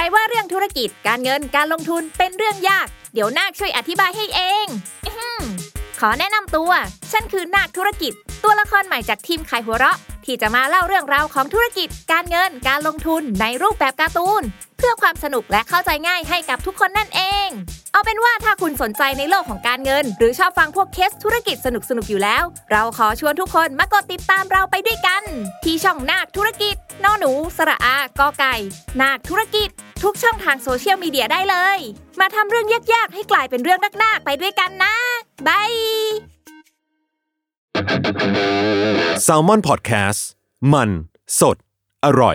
ว่าเรื่องธุรกิจการเงินการลงทุนเป็นเรื่องยากเดี๋ยวนาคช่วยอธิบายให้เองขอแนะนำตัวฉันคือนาคธุรกิจตัวละครใหม่จากทีมขายหัวเราะที่จะมาเล่าเรื่องราวของธุรกิจการเงินการลงทุนในรูปแบบการ์ตูนเพื่อความสนุกและเข้าใจง่ายให้กับทุกคนนั่นเองเอาเป็นว่าถ้าคุณสนใจในโลกของการเงินหรือชอบฟังพวกเคสธุรกิจสนุกอยู่แล้วเราขอชวนทุกคนมากดติดตามเราไปด้วยกันที่ช่องนาคธุรกิจนอหนูสระอากอไก่นาคธุรกิจทุกช่องทางโซเชียลมีเดียได้เลยมาทำเรื่องยากๆให้กลายเป็นเรื่องน่าๆไปด้วยกันนะบาย Salmon Podcast มันสดอร่อย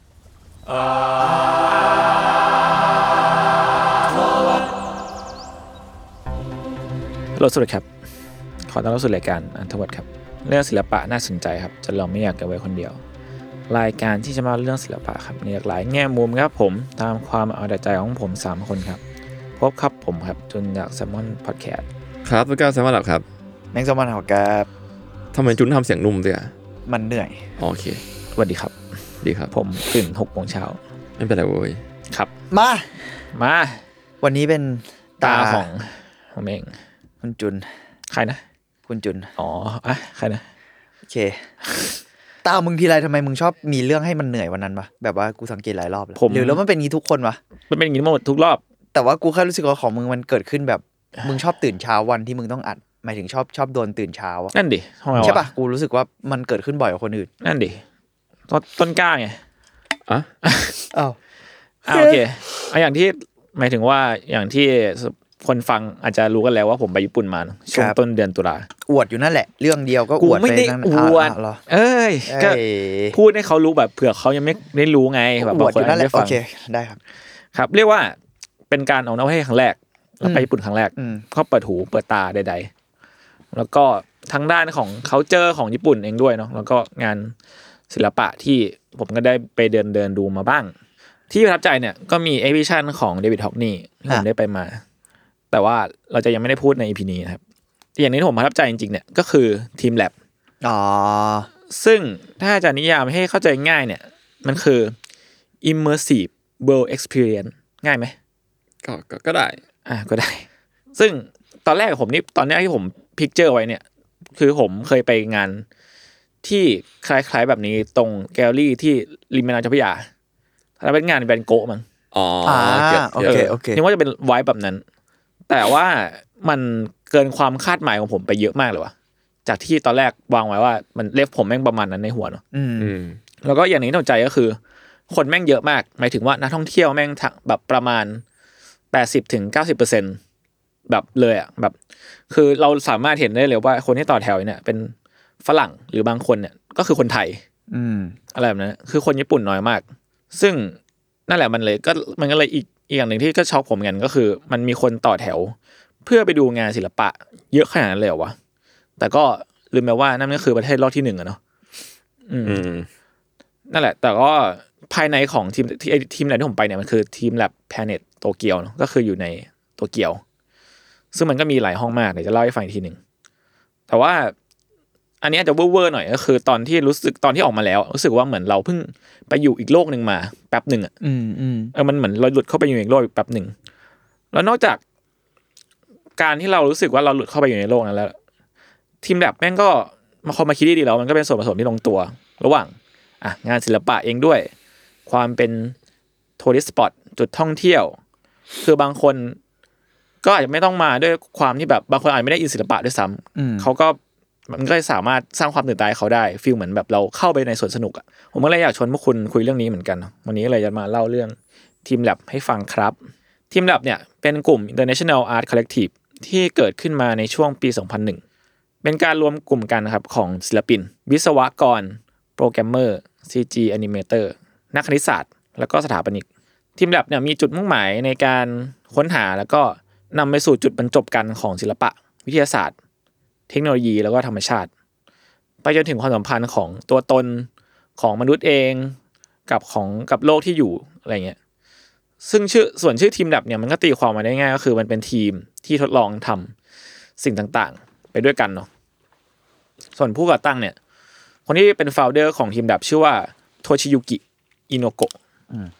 รถสุดครับขอต้อนรับสู่รายการอันทวัฒน์ครับเรื่องศิลปะน่าสนใจครับจนเราไม่อยากเก็บไว้คนเดียวรายการที่จะมาเรื่องศิลปะครับมีหลากหลายแง่มุมครับผมตามความเอาแต่ใจของผม3คนครับพบครับผมครับจุนจาก Salmon Podcast ครับแล้วก็แซมว่าหลับครับแมงสมันหอกครับทำไมจุนทำเสียงนุ่มด้วยอ่ะมันเหนื่อยโอเคสวัสดีครับดีครับผมตื่น 6:00 นไม่เป็นไรเว้ยครับมาวันนี้เป็นตาของผมเองคุณจุนใครนะคุณจุนอ๋ออ่ะใครนะโอเคตามึงทีไรทำไมมึงชอบมีเรื่องให้มันเหนื่อยวันนั้นปะแบบว่ากูสังเกตหลายรอบหรือแล้วมันเป็นงี้ทุกคนวะมันเป็นอย่างนี้หมดทุกรอบแต่ว่ากูแค่รู้สึกว่าของมึงมันเกิดขึ้นแบบมึงชอบตื่นเช้าวันที่มึงต้องอัดหมายถึงชอบโดนตื่นเช้าอ่ะนั่นดิใช่ปะกูรู้สึกว่ามันเกิดขึ้นบ่อยกว่าคนอื่นนั่นดิต้นกล้าไงอ่ะอ้าวโอเคอย่างที่หมายถึงว่าอย่างที่คนฟังอาจจะรู้กันแล้วว่าผมไปญี่ปุ่นมาช่วงต้นเดือนตุลาอวดอยู่นั่นแหละเรื่องเดียวก็อวดไปนั่นอวดเอ้ยก็พูดให้เขารู้แบบเผื่อเขายังไม่ได้รู้ไงแบบบางคนไม่ฟังโอเคได้ครับครับเรียกว่าเป็นการออกนอกประเทศครั้งแรกแล้วไปญี่ปุ่นครั้งแรกก็เปิดหูเปิดตาใดๆแล้วก็ทางด้านของcultureของญี่ปุ่นเองด้วยเนาะแล้วก็งานศิลปะที่ผมก็ได้ไปเดินดูมาบ้างที่ประทับใจเนี่ยก็มีเอ็กซิบิชันของเดวิดฮอกนี่ที่ผมได้ไปมาแต่ว่าเราจะยังไม่ได้พูดใน EP นี้นะครับอย่างนี้ที่ผมประทับใจจริงๆเนี่ยก็คือทีมแลบซึ่งถ้าจะนิยามให้เข้าใจง่ายเนี่ยมันคือ immersive world experience ง่ายไหมก็ได้ก็ได้ซึ่งตอนแรกผมนี่ตอนนี้ที่ผมพิกเจอร์ไว้เนี่ยคือผมเคยไปงานที่คล้ายๆแบบนี้ตรงแกลเลอรี่ที่ริมแม่น้ำเจ้าพระยาถ้าเป็นงานแบนโกะมั้งโอเคนึกว่าจะเป็นไวบ์แบบนั้นแต่ว่ามันเกินความคาดหมายของผมไปเยอะมากเลยว่ะจากที่ตอนแรกวางไว้ว่ามันเลฟผมแม่งประมาณนั้นในหัวเนาะแล้วก็อย่างนี้น่าสนใจก็คือคนแม่งเยอะมากหมายถึงว่านักท่องเที่ยวแม่งแบบประมาณ 80-90% แบบเลยอ่ะแบบคือเราสามารถเห็นได้เลยว่าคนที่ต่อแถวเนี่ยเป็นฝรั่งหรือบางคนเนี่ยก็คือคนไทยอะไรแบบนั้นคือคนญี่ปุ่นน้อยมากซึ่งนั่นแหละมันก็เลยอีกอย่างหนึ่งที่ก็ช็อกผมกันก็คือมันมีคนต่อแถวเพื่อไปดูงานศิลปะเยอะขนาดนั้นเลยเหรอวะแต่ก็ลืมไปว่านั่นก็คือประเทศรอบที่1อ่ะเนาะนั่นแหละแต่ก็ภายในของทีมแลบที่ผมไปเนี่ยมันคือทีมแลบ Planet โตเกียวเนาะก็คืออยู่ในโตเกียวซึ่งมันก็มีหลายห้องมากเดี๋ยวจะเล่าให้ฟังอีกทีนึงแต่ว่าอันนี้อาจจะเว่อร์หน่อยก็คือตอนที่ออกมาแล้วรู้สึกว่าเหมือนเราเพิ่งไปอยู่อีกโลกนึงมาแป๊บนึงอ่ะมันเหมือนเราหลุดเข้าไปอยู่อีกโลกแป๊บนึงแล้วนอกจากการที่เรารู้สึกว่าเราหลุดเข้าไปอยู่ในโลกนั้นแล้วทีมแลบแม่งก็มาคิดดีๆแล้วมันก็เป็นส่วนผสมที่ลงตัวระหว่างงานศิลปะเองด้วยความเป็นทัวริสต์สปอตจุดท่องเที่ยวคือบางคนก็อาจจะไม่ต้องมาด้วยความที่แบบบางคนอาจไม่ได้อินศิลปะด้วยซ้ำเขาก็มันก็สามารถสร้างความตื่นตาให้เขาได้ฟีลเหมือนแบบเราเข้าไปในสวนสนุกอ่ะผมก็เลยอยากชวนพวกคุณคุยเรื่องนี้เหมือนกันวันนี้เลยจะมาเล่าเรื่องทีมแลบให้ฟังครับทีมแลบเนี่ยเป็นกลุ่ม International Art Collective ที่เกิดขึ้นมาในช่วงปี 2001 เป็นการรวมกลุ่มกันนะครับของศิลปินวิศวกรโปรแกรมเมอร์ CG Animator นักคณิตศาสตร์แล้วก็สถาปนิกทีมแลบเนี่ยมีจุดมุ่งหมายในการค้นหาแล้วก็นำไปสู่จุดบรรจบกันของศิลปะวิทยาศาสตร์เทคโนโลยีแล้วก็ธรรมชาติไปจนถึงความสัมพันธ์ของตัวตนของมนุษย์เองกับโลกที่อยู่อะไรเงี้ยซึ่งชื่อทีมแลบเนี่ยมันก็ตีความมาได้ง่ายก็คือมันเป็นทีมที่ทดลองทำสิ่งต่างๆไปด้วยกันเนาะส่วนผู้ก่อตั้งเนี่ยคนที่เป็นโฟลเดอร์ของทีมแลบชื่อว่าโทชิยุกิอิโนโกะ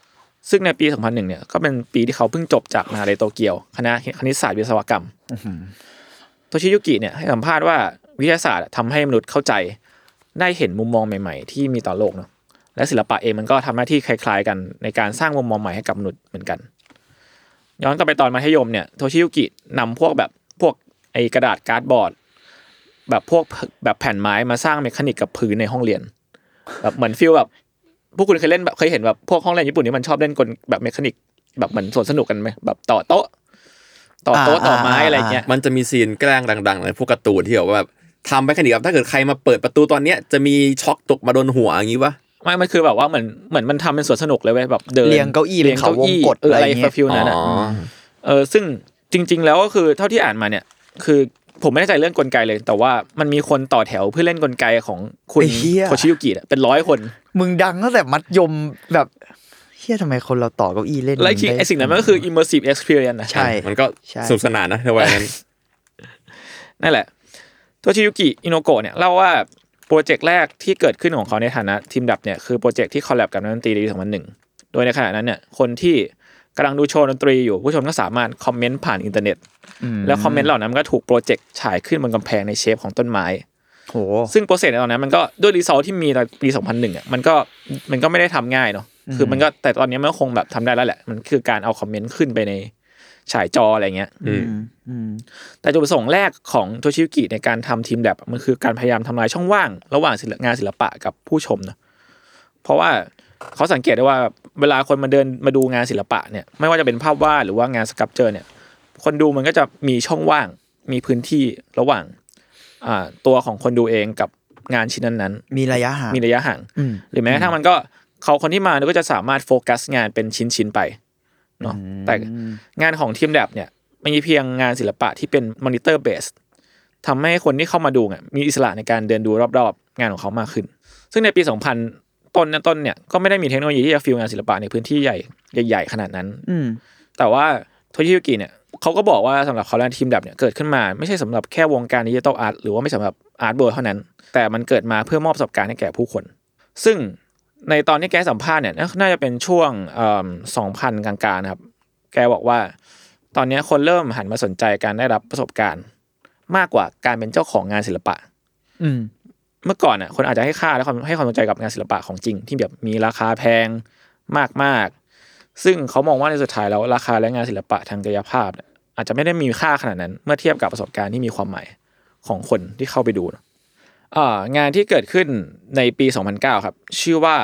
ซึ่งในปี 2001 เนี่ยก็เป็นปีที่เขาเพิ่งจบจากมหาวิทยาลัยโตเกียวคณะคณิตศาสตร์วิศวกรรมโทชิยุกิเนี่ยให้สัมภาษณ์ว่าวิทยาศาสตร์ทำให้มนุษย์เข้าใจได้เห็นมุมมองใหม่ๆที่มีต่อโลกเนาะและศิลปะเองมันก็ทำหน้าที่คล้ายๆกันในการสร้างมุมมองใหม่ให้กับมนุษย์เหมือนกันย้อนกลับไปตอนมัธยมเนี่ยโทชิยุกินำพวกไอ้กระดาษการ์ดบอร์ดแบบพวกแบบแผ่นไม้มาสร้างเมคานิกกับพื้นในห้องเรียนแบบเหมือนฟีลแบบพวกคุณเคยเล่นแบบเคยเห็นแบบพวกห้องเรียนญี่ปุ่นที่มันชอบเล่นกลแบบเมคานิกแบบเหมือนสวนสนุกกันไหมแบบต่อโต๊ะต่อไม้อะไรเงี้ยมันจะมีซีนแกล้งดังๆในพวกการ์ตูนที่แบบทำไปขนาดแบบถ้าเกิดใครมาเปิดประตูตอนเนี้ยจะมีช็อคตกมาโดนหัวอย่างงี้วะไม่มันคือแบบว่าเหมือนมันทำเป็นสวนสนุกเลยเว้ยแบบเดินเรียงเก้าอี้เป็นเขาวงกตอะไรฟิลนั้นอ่ะซึ่งจริงๆแล้วก็คือเท่าที่อ่านมาเนี่ยคือผมไม่แน่ใจเรื่องกลไกเลยแต่ว่ามันมีคนต่อแถวเพื่อเล่นกลไกของคุณโทชิยุกิเป็น100คนมึงดังตั้งแต่มัธยมแบบเฮียทำไมคนเราต่อเก้าอี้เล่นแล้วไอ้สิ่งนั้นมันก็คือ immersive experience นะใช่มันก็สนุกสนานนะในวัยนั้นนั่นแหละโทชิยุกิอิโนโกะเนี่ยเล่าว่าโปรเจกต์แรกที่เกิดขึ้นของเขาในฐานะทีมดับเนี่ยคือโปรเจกต์ที่คอลแลบกับนักดนตรีในปี 2001โดยในขณะนั้นเนี่ยคนที่กำลังดูโชว์ดนตรีอยู่ผู้ชมก็สามารถคอมเมนต์ผ่านอินเทอร์เน็ตแล้วคอมเมนต์เหล่านั้นก็ถูกโปรเจกต์ฉายขึ้นบนกำแพงในเชฟของต้นไม้โหซึ่งโปรเซสในตอนนั้นมันก็ด้วยรีซอสที่มีในปี 2001อ่ะมันก็ไม่ได้ทำง่ายเนาะคือมันก็แต่ตอนนี้มันคงแบบทำได้แล้วแหละมันคือการเอาคอมเมนต์ขึ้นไปในฉายจออะไรเงี้ยแต่จุดประสงค์แรกของโทชิยุกิในการทำทีมแลบมันคือการพยายามทำลายช่องว่างระหว่างงานศิลปะกับผู้ชมนะเพราะว่าเขาสังเกตได้ว่าเวลาคนมาเดินมาดูงานศิลปะเนี่ยไม่ว่าจะเป็นภาพวาดหรือว่างานสครับเจอร์เนี่ยคนดูมันก็จะมีช่องว่างมีพื้นที่ระหว่างตัวของคนดูเองกับงานชิ้นนั้นๆมีระยะห่างหรือแม้กระทั่งมันก็คนที่มาก็จะสามารถโฟกัสงานเป็นชิ้นๆไปเนาะแต่งานของทีมแลบเนี่ยไม่ใช่เพียงงานศิลปะที่เป็นมอนิเตอร์เบสทำให้คนที่เข้ามาดูมีอิสระในการเดินดูรอบๆงานของเขามากขึ้นซึ่งในปี 2000ต้นเนี่ยก็ไม่ได้มีเทคโนโลยีที่จะฟิลงานศิลปะในพื้นที่ใหญ่ขนาดนั้นแต่ว่าโทชิยุกิเนี่ยเขาก็บอกว่าสำหรับเขาแล้วทีมแลบเนี่ยเกิดขึ้นมาไม่ใช่สำหรับแค่วงการดิจิทัลอาร์ตหรือว่าไม่สำหรับอาร์ตเวิลด์เท่านั้นแต่มันเกิดมาเพื่อมอบประสบการณ์ให้แก่ผู้คนซึ่งในตอนที่แกสัมภาษณ์เนี่ยน่าจะเป็นช่วง2000กลางๆนะครับแกบอกว่าตอนนี้คนเริ่มหันมาสนใจการได้รับประสบการณ์มากกว่าการเป็นเจ้าของงานศิลปะเมื่อก่อนคนอาจจะให้ค่าและให้ความสนใจกับงานศิลปะของจริงที่แบบมีราคาแพงมากๆซึ่งเขามองว่าในสุดท้ายแล้วราคาและงานศิลปะทางกายภาพอาจจะไม่ได้มีค่าขนาดนั้นเมื่อเทียบกับประสบการณ์ที่มีความหมายของคนที่เข้าไปดูงานที่เกิดขึ้นในปี 2009 ครับชื่อว่า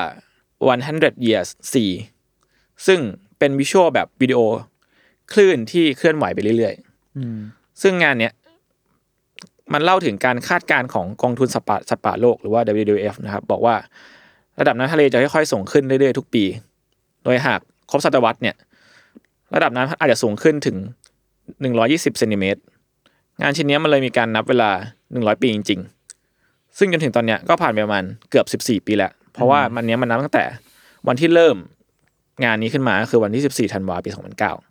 100 Years C ซึ่งเป็นวิชวลแบบวิดีโอคลื่นที่เคลื่อนไหวไปเรื่อยๆซึ่งงานเนี้ยมันเล่าถึงการคาดการณ์ของกองทุนสัตว์ป่าโลกหรือว่า WWF นะครับบอกว่าระดับน้ำทะเลจะค่อยๆสูงขึ้นเรื่อยๆทุกปีโดยหากครบศตวรรษเนี่ยระดับน้ำอาจจะสูงขึ้นถึง120 เซนติเมตรงานชิ้นนี้มันเลยมีการนับเวลา100 ปีจริงๆซึ่งจนถึงตอนเนี้ยก็ผ่านไปประมาณเกือบ14 ปีแล้วเพราะว่ามันนับตั้งแต่วันที่เริ่มงานนี้ขึ้นมาคือวันที่14 ธันวาคม ปี 2009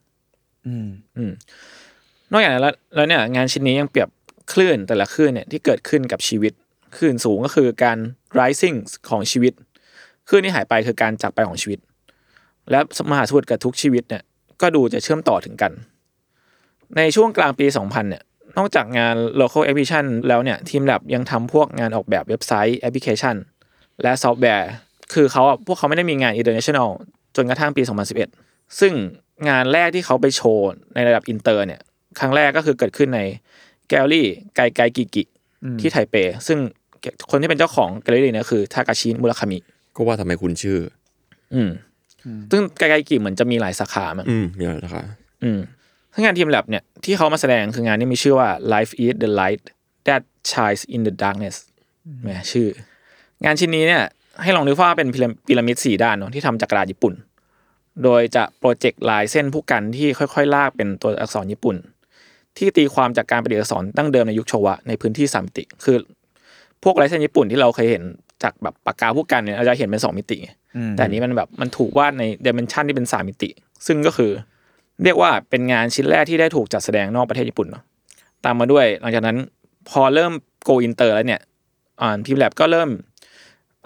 นอกจากนั้นแล้วเนี่ยงานชิ้นนี้ยังเปรียบคลื่นแต่ละคลื่นเนี่ยที่เกิดขึ้นกับชีวิตคลื่นสูงก็คือการ rising ของชีวิตคลื่นที่หายไปคือการจากไปของชีวิตและมหาสมุทรกับทุกชีวิตเนี่ยก็ดูจะเชื่อมต่อถึงกันในช่วงกลางปี 2000 เนี่ยนอกจากงาน local exhibition แล้วเนี่ยทีมแลบยังทำพวกงานออกแบบเว็บไซต์แอปพลิเคชันและซอฟต์แวร์คือพวกเขาไม่ได้มีงาน international จนกระทั่งปี 2011ซึ่งงานแรกที่เขาไปโชว์ในระดับอินเตอร์เนี่ยครั้งแรกก็คือเกิดขึ้นในแกลเลอรี่ไกกิกิที่ไทเปซึ่งคนที่เป็นเจ้าของแกลเลอรี่เนี่ยคือทากาชิมุราคามิก็ว่าทำไมคุณชื่อซึ่งไกกิเหมือนจะมีหลายสาขามั้งมีหลายสาขาซึ่งงานทีมแลบเนี่ยที่เขามาแสดงคืองานนี้มีชื่อว่า Life is the light that shines in the darkness แหมชื่องานชิ้นนี้เนี่ยให้ลองนึกว่าเป็นพีระมิด4ด้านเนาะที่ทำจากกระดาษญี่ปุ่นโดยจะโปรเจกต์ลายเส้นผู้กันที่ค่อยๆลากเป็นตัวอักษรญี่ปุ่นที่ตีความจากการประดิษฐ์อักษรดั้งเดิมในยุคโชวะในพื้นที่3 มิติคือพวกลายเส้นญี่ปุ่นที่เราเคยเห็นจากแบบปากกาผู้กันเนี่ยเราจะเห็นเป็น2 มิติแต่อันนี้มันแบบมันถูกวาดในดิเมนชันที่เป็น3 มิติซึ่งก็คือเรียกว่าเป็นงานชิ้นแรกที่ได้ถูกจัดแสดงนอกประเทศญี่ปุ่นเนาะตามมาด้วยหลังจากนั้นพอเริ่มโกอินเตอร์แล้วเนี่ยทีมแลบก็เริ่ม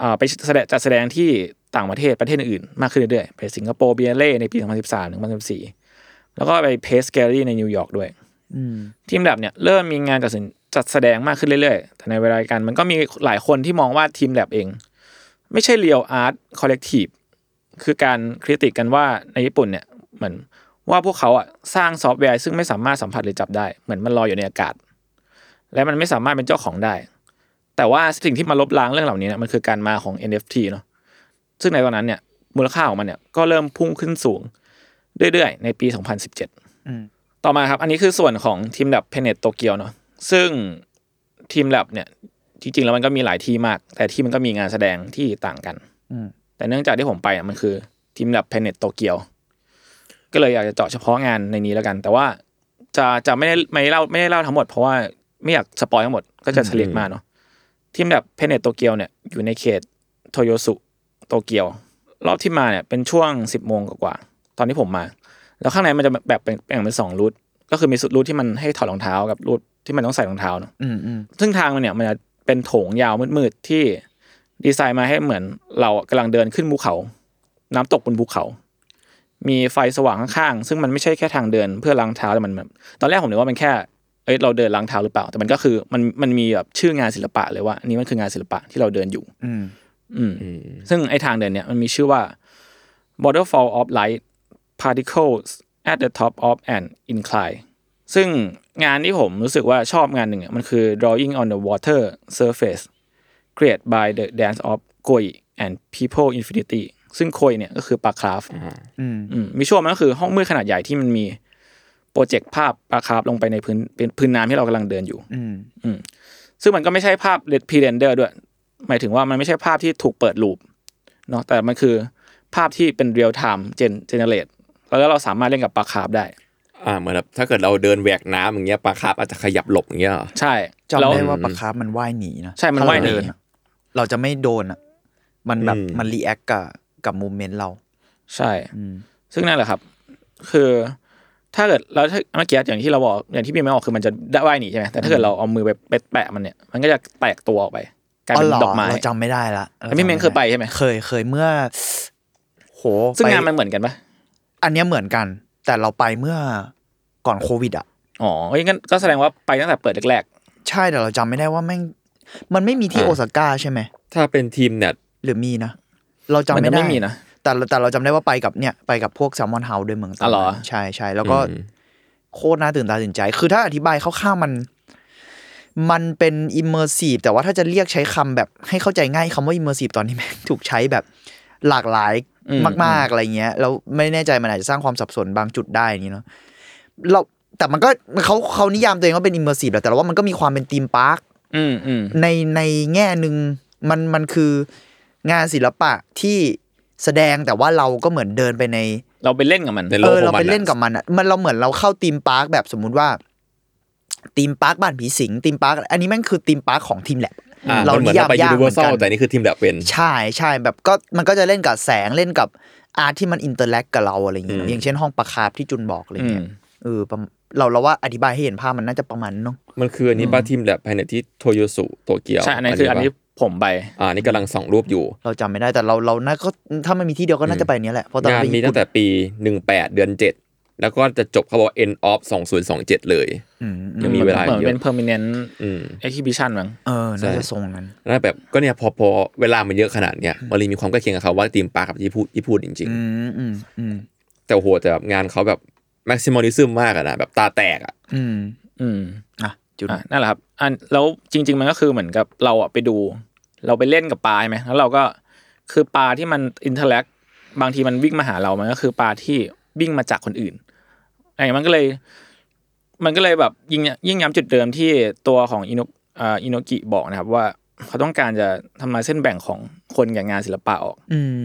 ไปจัดแสดงที่ต่างประเทศอื่นมากขึ้นเรื่อยๆไปสิงคโปร์บิเนเล่ในปี2013ถึง2014แล้วก็ไปเพสแกลเลอรี่ในนิวยอร์กด้วยทีมแลบเนี่ยเริ่มมีงานจัดแสดงมากขึ้นเรื่อยๆแต่ในเวลากันมันก็มีหลายคนที่มองว่าทีมแลบเองไม่ใช่เรียลอาร์ตคอลเลกทีฟคือการคริติกกันว่าในญี่ปุ่นเนี่ยเหมือนว่าพวกเขาอ่ะสร้างซอฟต์แวร์ซึ่งไม่สามารถสัมผัสหรือจับได้เหมือนมันลอยอยู่ในอากาศและมันไม่สามารถเป็นเจ้าของได้แต่ว่าสิ่งที่มาลบล้างเรื่องเหล่านี้เนี่ยมันคือการมาของ NFT เนาะซึ่งในตอนนั้นเนี่ยมูลค่าของมันเนี่ยก็เริ่มพุ่งขึ้นสูงเรื่อยๆในปี2017ต่อมาครับอันนี้คือส่วนของทีมแลบ Planet Tokyo เนาะซึ่งทีมแลบเนี่ยจริงๆแล้วมันก็มีหลายที่มากแต่ที่มันก็มีงานแสดงที่ต่างกันแต่เนื่องจากที่ผมไปอ่ะมันคือทีมแลบ Planet Tokyo ก็เลยอยากจะเจาะเฉพาะงานในนี้แล้วกันแต่ว่าจะไม่ได้เล่าทั้งหมดเพราะว่าไม่อยากสปอยทั้งหมดก็จะเฉลี่ยมาเนาะทีมแลบ Planet Tokyo เนี่ยอยู่ในเขตโตโยสุโตเกียวรอบที่มาเนี่ยเป็นช่วง 10:00 นกว่าตอนที่ผมมาแล้วข้างในมันจะแบบแบ่งเป็น2รูทก็คือมีรูทที่มันให้ถอดรองเท้ากับรูทที่มันต้องใส่รองเท้าเนาะซึ่งทางมันเนี่ยมันจะเป็นโถงยาวมืดๆที่ดีไซน์มาให้เหมือนเรากำลังเดินขึ้นภูเขาน้ำตกบนภูเขามีไฟสว่างข้างๆซึ่งมันไม่ใช่แค่ทางเดินเพื่อล้างเท้าแต่มันตอนแรกผมนึกว่ามันแค่เราเดินล้างเท้าหรือเปล่าแต่มันก็คือมันมีแบบชื่องานศิลปะเลยว่าอันนี้มันคืองานศิลปะที่เราเดินอยู่ซึ่งไอ้ทางเดินเนี่ยมันมีชื่อว่า Waterfall of Light Particles at the top of an incline ซึ่งงานที่ผมรู้สึกว่าชอบงานหนึ่งมันคือ Drawing on the Water Surface created by the Dance of Koi and People Infinity ซึ่งโคยเนี่ยก็คือปลาคราฟมีช่วงมันก็คือห้องมืดขนาดใหญ่ที่มันมีโปรเจกต์ภาพปลาคราฟลงไปในพื้นน้ำที่เรากำลังเดินอยู่ซึ่งมันก็ไม่ใช่ภาพพรีเรนเดอร์ด้วยหมายถึงว่ามันไม่ใช่ภาพที่ถูกเปิดลูปเนาะแต่มันคือภาพที่เป็นเรียลไทม์เจเนเรตแล้วเราสามารถเล่นกับปลาคราฟได้เหมือนแบบถ้าเกิดเราเดินแหวกน้ำอย่างเงี้ยปลาคาร์ฟอาจจะขยับหลบอย่างเงี้ยใช่จำได้ว่าปลาคาร์ฟมันว่ายหนีนะใช่มันว่ายหนีเราจะไม่โดนอ่ะมันแบบมันรีแอคกับมูฟเมนต์เราใช่ซึ่งนั่นแหละครับคือถ้าเกิดเราเมื่อกี้อย่างที่เราบอกอย่างที่พี่ไม่บอกคือมันจะได้ว่ายหนีใช่ไหมแต่ถ้าเกิดเราเอามือไปแปะมันเนี่ยมันก็จะแตกตัวออกไปกลายเป็นดอกไม้เราจำไม่ได้ละพี่เมนเคยไปใช่ไหมเคยเมื่อโหซึ่งงานมันเหมือนกันปะอันนี้เหมือนกันแต่เราไปเมื่อก่อนโควิดอ่ะงั้นก็แสดงว่าไปตั้งแต่เปิดแรกๆใช่แต่เราจำไม่ได้ว่ามันไม่มีที่โอซาก้าใช่ไหมถ้าเป็นทีมเนี่ยหรือมีนะเราจำไม่ได้นะแต่เราจำได้ว่าไปกับพวกแซลมอนเฮาส์ด้วยเมืองตอนนั้นใช่แล้วก็โคตรน่าตื่นตาตื่นใจคือถ้าอธิบายคร่าวๆมันเป็นอิมเมอร์ซีฟแต่ว่าถ้าจะเรียกใช้คำแบบให้เข้าใจง่ายคำว่าอิมเมอร์ซีฟตอนนี้แม่งถูกใช้แบบหลากหลายมากๆอะไรเงี้ยแล้วไม่แน่ใจมันอาจจะสร้างความสับสนบางจุดได้อย่างนี้เนาะแต่มันก็เขานิยามตัวเองว่าเป็นอิมเมอร์ซีฟแต่ว่ามันก็มีความเป็นธีมพาร์คในแง่นึงมันคืองานศิลปะที่แสดงแต่ว่าเราก็เหมือนเดินไปในเราไปเล่นกับมันเราไปเล่นกับมันอ่ะมันเราเหมือนเราเข้าธีมพาร์คแบบสมมุติว่าธีมพาร์คบ้านผีสิงธีมพาร์คอันนี้แม่งคือธีมพาร์คของทีมแลบเรานิยามยากเหมือนกันแต่นี่คือทีมแลบเป็นใช่แบบก็มันก็จะเล่นกับแสงเล่นกับอาร์ตที่มันอินเตอร์แลกกับเราอะไรอย่างเงี้ยอย่างเช่นห้องปลาคาร์ฟที่จุนบอกอะไรเงี้ยเราว่าอธิบายให้เห็นภาพมันน่าจะประมาณนั้นมันคืออันนี้ป้าทีมแลบภายในที่โตโยสุโตเกียวใช่อันนี้คืออันนี้ผมไปนี่กำลังส่องรูปอยู่เราจำไม่ได้แต่เราน่าก็ถ้ามันมีที่เดียวก็น่าจะไปนี้แหละเพราะตอนงานมีตั้งแต่ปี18เดือน7แล้วก็จะจบเขาบอก end of 2027เลยยังมีเวลาเหมือนเป็น permanent exhibition มั้งน่าจะทรงนั้นแล้วแบบก็เนี่ยพอเวลามันเยอะขนาดเนี้ยมันเลยมีความใกล้เคียงกับเขาว่าทีมปากับที่พูดจริงๆแต่โหแต่แบบงานเขาแบบ maximalism มากอะนะแบบตาแตกอะจุดนั่นแหละครับแล้วจริงๆมันก็คือเหมือนกับเราไปดูเราไปเล่นกับปลาใช่ไหมแล้วเราก็คือปลาที่มันอินเทอร์แลกบางทีมันวิ่งมาหาเรามันก็คือปลาที่วิ่งมาจากคนอื่นมันก็เลยแบบยิ่งย้ำจุดเดิมที่ตัวของอิโนกิบอกนะครับว่าเขาต้องการจะทำลายเส้นแบ่งของคนกับงานศิลปะออก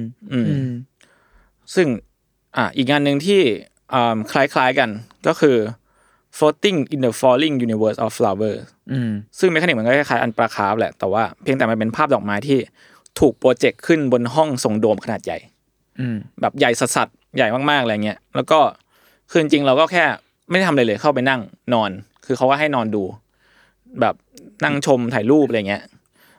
ซึ่งอีกงานนึงที่คล้ายๆกันก็คือ floating in the falling universe of flowers ซึ่งเมคานิกมันก็คล้ายๆอันปลาคาร์ฟแหละแต่ว่าเพียงแต่มันเป็นภาพดอกไม้ที่ถูกโปรเจกต์ขึ้นบนห้องทรงโดมขนาดใหญ่แบบใหญ่สัสๆใหญ่มากๆอะไรเงี้ยแล้วก็คือจริงๆเราก็แค่ไม่ได้ทำอะไรเลยเข้าไปนั่งนอนคือเขาก็ให้นอนดูแบบนั่งชมถ่ายรูปอะไรเงี้ย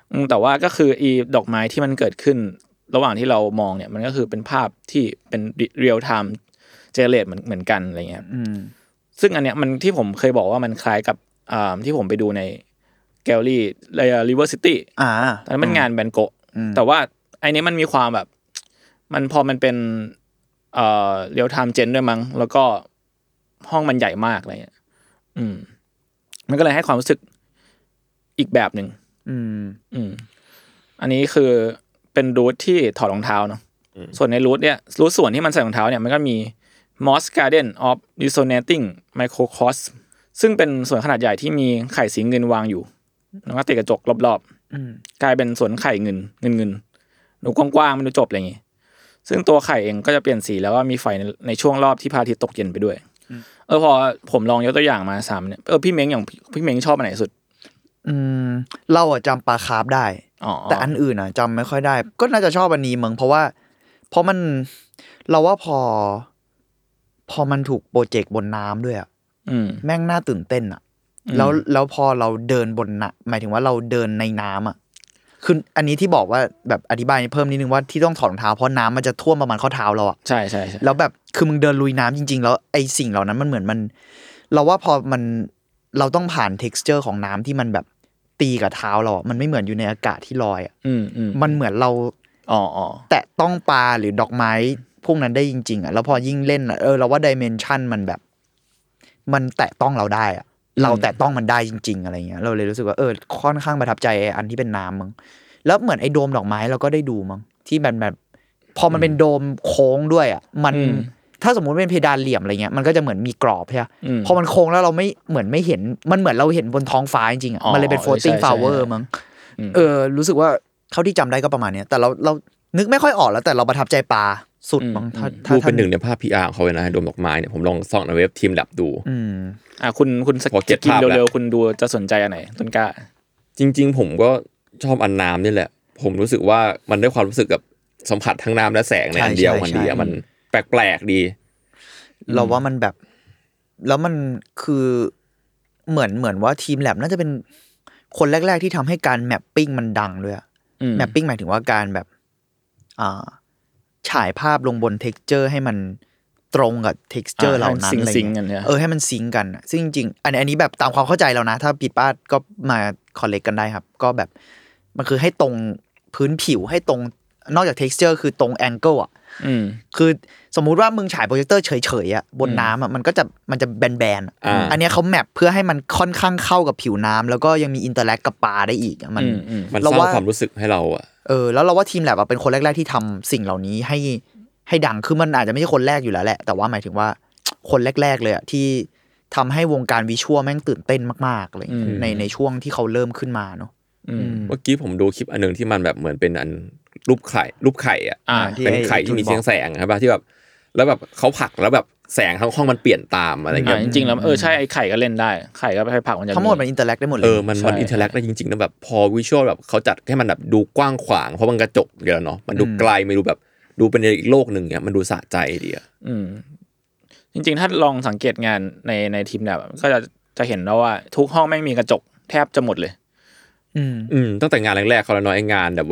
แต่ว่าก็คืออีดอกไม้ที่มันเกิดขึ้นระหว่างที่เรามองเนี่ยมันก็คือเป็นภาพที่เป็นเรียลไทม์เจเนเรตเหมือนกันอะไรเงี้ยซึ่งอันเนี้ยมันที่ผมเคยบอกว่ามันคล้ายกับที่ผมไปดูในแกลลี่River City ตอนนั้นมันงานแบนโกะแต่ว่าไอ้นี้มันมีความแบบมันพอมันเป็นเรียลไทม์เจนด้วยมั้งแล้วก็ห้องมันใหญ่มากอะไรเงี้ยมันก็เลยให้ความรู้สึกอีกแบบนึงอันนี้คือเป็นรูทที่ถอดรองเท้าเนาะส่วนในรูทส่วนที่มันใส่รองเท้าเนี่ยมันก็มี Moss Garden of Resonating Microcosm ซึ่งเป็นส่วนขนาดใหญ่ที่มีไข่สีเงินวางอยู่แล้วก็ติดกระจกรอบๆกลายเป็นสวนไข่เงินดูกว้างๆมันดูจบอะไรอย่างงี้ซึ่งตัวไข่เองก็จะเปลี่ยนสีแล้วก็มีไฟในช่วงรอบที่พระอาทิตย์ตกเย็นไปด้วยพอผมลองยกตัวอย่างมา3เนี่ยพี่เม้งชอบอันไหนสุดเราจำปลาคาร์ฟได้แต่อันอื่นจำไม่ค่อยได้ก็น่าจะชอบอันนี้มั้งเพราะมันเราว่าพอมันถูกโปรเจกต์บนน้ำด้วยแม่งน่าตื่นเต้นแล้วพอเราเดินบนน่ะหมายถึงว่าเราเดินในน้ำคืออันนี้ที่บอกว่าแบบอธิบายเพิ่มนิดนึงว่าที่ต้องถอดรองเท้าเพราะน้ำมันจะท่วมประมาณข้อเท้าเราใช่แล้วแบบคือมึงเดินลุยน้ำจริงๆแล้วไอ้สิ่งเหล่านั้นมันเหมือนมันเราว่าพอมันเราต้องผ่าน texture ของน้ำที่มันแบบตีกับเท้าเรามันไม่เหมือนอยู่ในอากาศที่ลอยมันเหมือนเราแตะต้องปลาหรือดอกไม้พวกนั้นได้จริงๆแล้วพอยิ่งเล่นเราว่า dimension มันแบบมันแตะต้องเราได้เราแตะต้องมันได้จริงๆอะไรเงี้ยเราเลยรู้สึกว่าค่อนข้างประทับใจอันที่เป็นน้ำมั้งแล้วเหมือนไอ้โดมดอกไม้เราก็ได้ดูมั้งที่แบบพอมันเป็นโดมโค้งด้วยมันถ้าสมมุติเป็นเพดานเหลี่ยมอะไรเงี้ยมันก็จะเหมือนมีกรอบใช่ป่ะพอมันโค้งแล้วเราไม่เห็นมันเหมือนเราเห็นบนท้องฟ้าจริงๆมันเลยเป็น floating flower มั้งรู้สึกว่าเท่าที่จำได้ก็ประมาณนี้แต่เรานึกไม่ค่อยออกแล้วแต่เราประทับใจปลาสุดมั้งถ้าเป็นหนึ่งในภาพ PR ของเขาเลยนะโดมดอกไม้เนี่ยผมลองส่องในเว็บทีมแลบดูคุณสกิปเร็วๆคุณดูจะสนใจอันไหนต้นกล้าจริงๆผมก็ชอบอันน้ำนี่แหละผมรู้สึกว่ามันได้ความรู้สึกกับสัมผัสทั้งน้ำและแสงในอันเดียวมันดีมันแปลกๆดีเราว่ามันแบบแล้วมันคือเหมือนว่าทีมแลบน่าจะเป็นคนแรกๆที่ทำให้การแมปปิ้งมันดังด้วยแมปปิ้งหมายถึงว่าการแบบฉายภาพลงบนเท็กเจอร์ให้มันตรงกับเท็กเจอร์เหล่านั้นอะไรเงี้ยให้มันซิงค์กันซึ่งจริงๆอันนี้แบบตามความเข้าใจเรานะถ้าผิดพลาดก็มาคอลเลกกันได้ครับก็แบบมันคือให้ตรงพื้นผิวให้ตรงนอกจาก texture คือตรง angle คือสมมุติว่ามึงฉายโปรเจคเตอร์เฉยๆบนน้ำมันจะแบนๆอันนี้เขาแมปเพื่อให้มันค่อนข้างเข้ากับผิวน้ำแล้วก็ยังมีอินเตอร์แลกกับปลาได้อีกมันสร้างความรู้สึกให้เราแล้วเราว่าทีมแลบเป็นคนแรกๆที่ทำสิ่งเหล่านี้ให้ดังคือมันอาจจะไม่ใช่คนแรกอยู่แล้วแหละแต่ว่าหมายถึงว่าคนแรกๆเลยที่ทำให้วงการวิชวลแม่งตื่นเต้นมากๆเลยในช่วงที่เขาเริ่มขึ้นมาเนาะเมื่อกี้ผมดูคลิปอันนึงที่มันแบบเหมือนเป็นอันรูปไข่เป็นไข่ที่มีแสงใช่ป่ะที่แบบแล้วแบบเขาผลักแล้วแบบแสงทั้งห้องมันเปลี่ยนตามอะไรเงี้ยจริงๆแล้วใช่ไอ้ไข่ก็เล่นได้ไข่ก็ไปผลักมันจะทั้งหมดมันอินเตอร์แลกได้หมดเลยมันอินเตอร์แลกได้จริงๆนะแบบพอวิชวลแบบเขาจัดให้มันแบบดูกว้างขวางเพราะมันกระจกเยอะเนาะมันดูไกลไม่ดูแบบดูเป็นอีกโลกนึงเนี่ยมันดูสะใจดีจริงๆถ้าลองสังเกตงานในทีมแลบก็จะเห็นแล้วว่าทุกห้องแม่งมีกระจกแทบจะหมดเลยตั้งแต่งานแรกๆเขาแล้วน้อยงานแบบ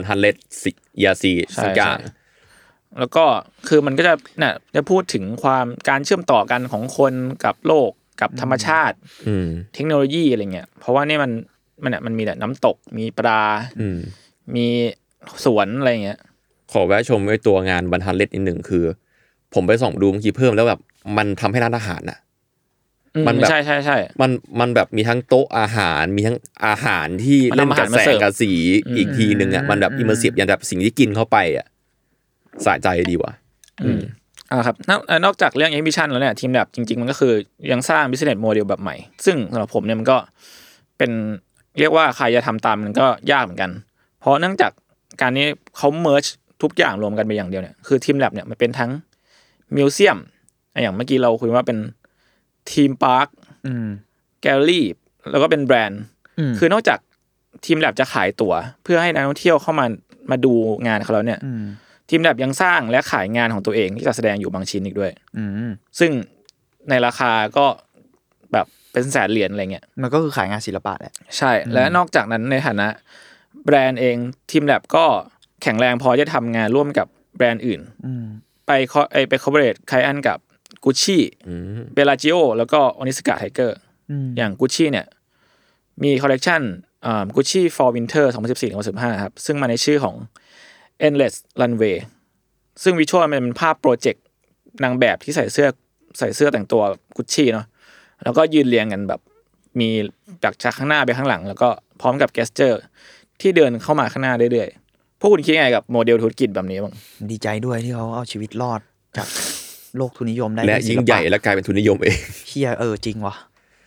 100 ERC สักอย่างแล้วก็คือมันก็จะพูดถึงความการเชื่อมต่อกันของคนกับโลกกับธรรมชาติเทคโนโลยีอะไรเงี้ยเพราะว่านี่มันมีแต่น้ำตกมีปลามีสวนอะไรเงี้ยขอแวะชมไอ้ตัวงาน100นิดนึงคือผมไปส่องดูเมื่อกี้เพิ่มแล้วแบบมันทำให้ร้านอาหารน่ะมันแบบใช่มันแบบมีทั้งโต๊ะอาหารมีทั้งอาหารที่เล่นกับแสงกับสีอีกทีนึงมันแบบอิมเมอร์ซีฟอย่างแบบสิ่งที่กินเข้าไปสะใจดีว่ะครับนอกจากเรื่อง ambition แล้วเนี่ยทีมแลบจริงๆมันก็คือยังสร้าง business model แบบใหม่ซึ่งสำหรับผมเนี่ยมันก็เป็นเรียกว่าใครจะทำตามมันก็ยากเหมือนกันเพราะเนื่องจากการนี้เขา merge ทุกอย่างรวมกันไปอย่างเดียวเนี่ยคือทีมแลบเนี่ยมันเป็นทั้งมิวเซียมอย่างเมื่อกี้เราคุยว่าเป็นทีมพาร์คแกลลี่แล้วก็เป็นแบรนด์คือนอกจากทีมแลบจะขายตั๋วเพื่อให้นักท่องเที่ยวเข้ามาดูงานเขาแล้วเนี่ยทีมแลบยังสร้างและขายงานของตัวเองที่จะแสดงอยู่บางชิ้นอีกด้วยซึ่งในราคาก็แบบเป็นแสนเหรียญอะไรเงี้ยมันก็คือขายงานศิลปะแหละใช่และนอกจากนั้นในฐานะแบรนด์เองทีมแลบก็แข็งแรงพอจะทำงานร่วมกับแบรนด์อื่นไปคอลลาบอเรทไคลเอนต์กับ Gucci Bellagio แล้วก็ Onitsuka Tiger อย่าง Gucci เนี่ยมีคอลเลคชันGucci for Winter 2014-2015ครับซึ่งมาในชื่อของ Endless Runway ซึ่งวิชวลมันเป็นภาพโปรเจกต์นางแบบที่ใส่เสื้อแต่งตัว Gucci เนาะแล้วก็ยืนเรียงกันแบบมีจากข้างหน้าไปข้างหลังแล้วก็พร้อมกับเกสเจอร์ที่เดินเข้ามาข้างหน้าเรื่อยๆพวกคุณคิดยังไงกับโมเดลธุรกิจแบบนี้บ้างดีใจด้วยที่เขาเอาชีวิตรอดจากโลกทุนนิยมได้และยิ่งใหญ่และกลายเป็นทุนนิยมเองเฮียจริงวะ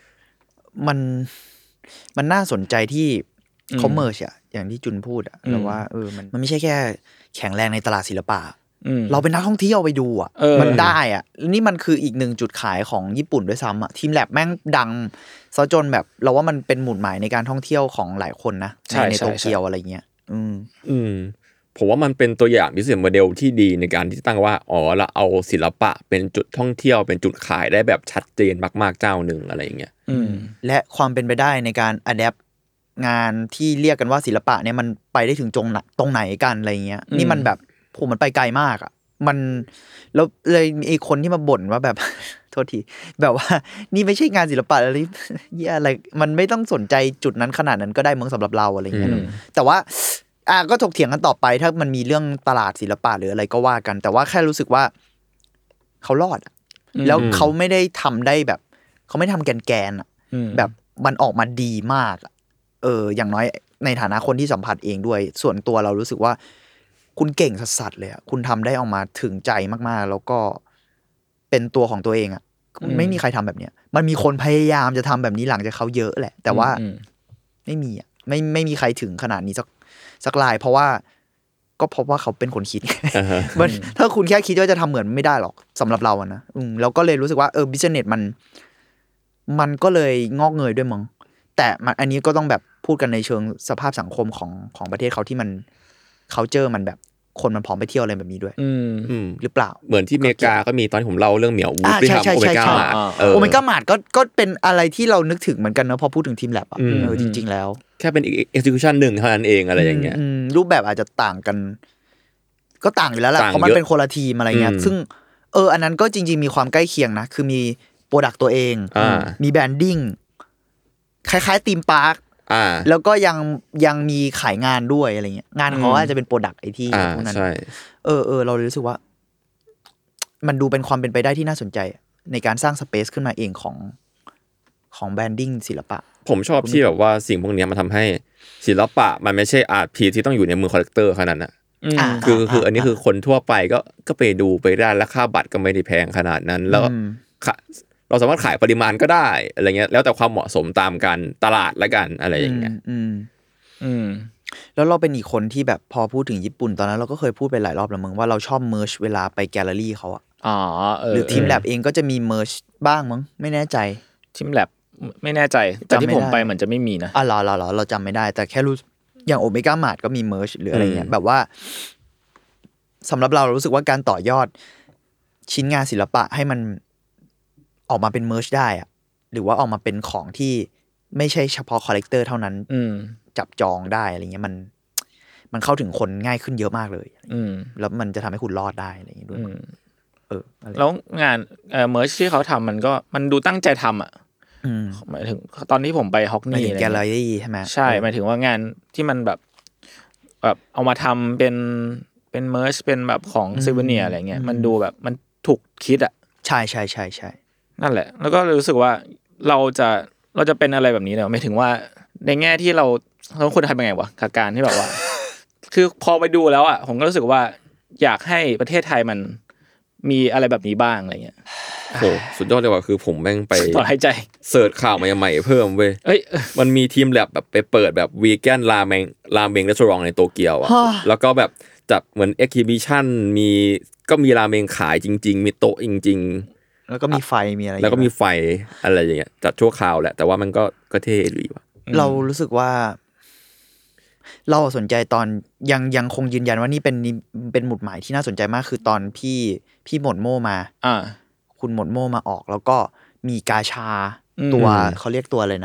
มันน่าสนใจที่คอมเมอร์ชอะอย่างที่จุนพูดอะแล้วว่ามันไม่ใช่แค่แข็งแรงในตลาดศิลปะเราเป็นนักท่องเที่ยวไปดูอ่ะมันได้อ่ะนี่มันคืออีกหนึ่งจุดขายของญี่ปุ่นด้วยซ้ำอ่ะทีมแลบแม่งดังซะจนแบบเราว่ามันเป็นหมุดหมายในการท่องเที่ยวของหลายคนนะในโตเกียวอะไรเงี้ยผมว่ามันเป็นตัวอย่างบิสเนสโมเดลที่ดีในการที่ตั้งว่าเราเอาศิลปะเป็นจุดท่องเที่ยวเป็นจุดขายได้แบบชัดเจนมากๆเจ้าหนึ่งอะไรอย่างเงี้ยและความเป็นไปได้ในการอะแดปงานที่เรียกกันว่าศิลปะเนี่ยมันไปได้ถึงตรงไหนกันอะไรเงี้ยนี่มันแบบผมมันไปไกลมากอ่ะมันแล้วเลยมีไอ้คนที่มาบ่นว่าแบบโทษทีแบบว่านี่ไม่ใช่งานศิลปะอะไรอะไรมันไม่ต้องสนใจจุดนั้นขนาดนั้นก็ได้มั้งสำหรับเราอะไรเงี้ยแต่ว่าก็ถกเถียงกันต่อไปถ้ามันมีเรื่องตลาดศิลปะหรืออะไรก็ว่ากันแต่ว่าแค่รู้สึกว่าเขารอดแล้วเขาไม่ได้ทำได้แบบเขาไม่ทำแกนแบบมันออกมาดีมากอย่างน้อยในฐานะคนที่สัมผัสเองด้วยส่วนตัวเรารู้สึกว่าคุณเก่งสัสๆเลยอ่ะคุณทำได้ออกมาถึงใจมากๆแล้วก็เป็นตัวของตัวเองอ่ะไม่มีใครทำแบบเนี้ยมันมีคนพยายามจะทำแบบนี้หลังจากเขาเยอะแหละแต่ว่าไม่มีอ่ะไม่มีใครถึงขนาดนี้สักรายเพราะว่าก็เพราะว่าเขาเป็นคนคิด ถ้าคุณแค่คิดว่าจะทำเหมือนไม่ได้หรอกสำหรับเราอ่ะนะเราก็เลยรู้สึกว่าบิสเนสมันก็เลยงอกเงยด้วยมั้งแต่อันนี้ก็ต้องแบบพูดกันในเชิงสภาพสังคมของประเทศเขาที่มันculture มันแบบคนมันพร้อมไปเที่ยวอะไรแบบนี้ด้วยหรือเปล่าเหมือนที่อเมริกาก็มีตอนที่ผมเล่าเรื่องเหมียววูดที่ทำโอเมก้ามาโอเมก้ามาร์ก็เป็นอะไรที่เรานึกถึงเหมือนกันนะพอพูดถึงทีมแลบอ่ะจริงๆแล้วแค่เป็น execution หนึ่งเท่านั้นเองอะไรอย่างเงี้ยรูปแบบอาจจะต่างกันก็ต่างอยู่แล้วแหละเพราะมันเป็นคนละทีมอะไรเงี้ยซึ่งอันนั้นก็จริงๆมีความใกล้เคียงนะคือมีโปรดักต์ตัวเองมีแบรนดิ้งคล้ายๆธีมพาร์คแล้วก็ยังมีขายงานด้วยอะไรเงี้ยงานเขาอาจจะเป็นโปรดักต์ไอที่พวกนั้นเรารู้สึกว่ามันดูเป็นความเป็นไปได้ที่น่าสนใจในการสร้างสเปซขึ้นมาเองของแบรนดิ้งศิลปะผมชอบที่แบบว่าสิ่งพวกนี้มันทำให้ศิลปะมันไม่ใช่อาร์ตพีที่ต้องอยู่ในมือคอลเลกเตอร์ขนาดนั้นคืออันนี้คือคนทั่วไปก็ไปดูไปได้และค่าบัตรก็ไม่ได้แพงขนาดนั้นแล้วเราสามารถขายปริมาณก็ได้อะไรเงี้ยแล้วแต่ความเหมาะสมตามกันตลาดละกันอะไรอย่างเงี้ยแล้วเราเป็นอีกคนที่แบบพอพูดถึงญี่ปุ่นตอนนั้นเราก็เคยพูดไปหลายรอบแล้วมึงว่าเราชอบเมิร์ชเวลาไปแกลเลอรี่เขาอะหรือทีมแลบเองก็จะมีเมิร์ชบ้างมั้งไม่แน่ใจทีมแลบไม่แน่ใจแต่ที่ผมไปเหมือนจะไม่มีนะเราจำไม่ได้แต่แค่รู้อย่างโอเมก้ามาร์ทก็มีเมิร์ชหรืออะไรเงี้ยแบบว่าสำหรับเรารู้สึกว่าการต่อยอดชิ้นงานศิลปะให้มันออกมาเป็นเมิร์ชได้อะหรือว่าออกมาเป็นของที่ไม่ใช่เฉพาะคอลเลกเตอร์เท่านั้นจับจองได้อะไรเงี้ยมันเข้าถึงคนง่ายขึ้นเยอะมากเลยแล้วมันจะทำให้คุณรอดได้อะไรอย่างเงี้ยด้วยแล้วงานเมิร์ชที่เขาทำมันดูตั้งใจทำอ่ะหมายถึงตอนที่ผมไปฮอกนี่แกลเลอรี่ใช่ไหมใช่หมายถึงว่างานที่มันแบบเอามาทำเป็นเมิร์ชเป็นแบบของซูเวเนียร์อะไรเงี้ยมันดูแบบมันถูกคิดอ่ะใช่นั่นแหละแล้วก็รู้สึกว่าเราจะเป็นอะไรแบบนี้เนี่ยหมายถึงว่าในแง่ที่เราควรทำยังไงวะกับการที่แบบว่า คือพอไปดูแล้วอ่ะผมก็รู้สึกว่าอยากให้ประเทศไทยมันมีอะไรแบบนี้บ้างอะไรเงี้ยโหสุดยอดเลยว่ะคือผมแม่งไปต่อหายใจเสิร์ชข่าวมาใหม่เพิ่มเว้ยมันมีทีมแลบแบบไปเปิดแบบวีแกนราเมงรีสอร์ทในโตเกียวอ่ะแล้วก็แบบจัดเหมือนเอ็กซิบิชั่นก็มีราเมงขายจริงๆมีโต๊ะจริงๆแล้วก็มีไฟมีอะไรแล้วก็มีไฟอะไรอย่างเงี้ยจัดชั่วคราวแหละแต่ว่ามันก็เท่ดีว่ะเรารู้สึกว่าเราสนใจตอนยังคงยืนยันว่านี่เป็นหมุดหมายที่น่าสนใจมากคือตอนพี่หมดโม่มาคุณหมดโม่มาออกแล้วก็มีกาชาตัวเขาเรียกตัวเลยนะ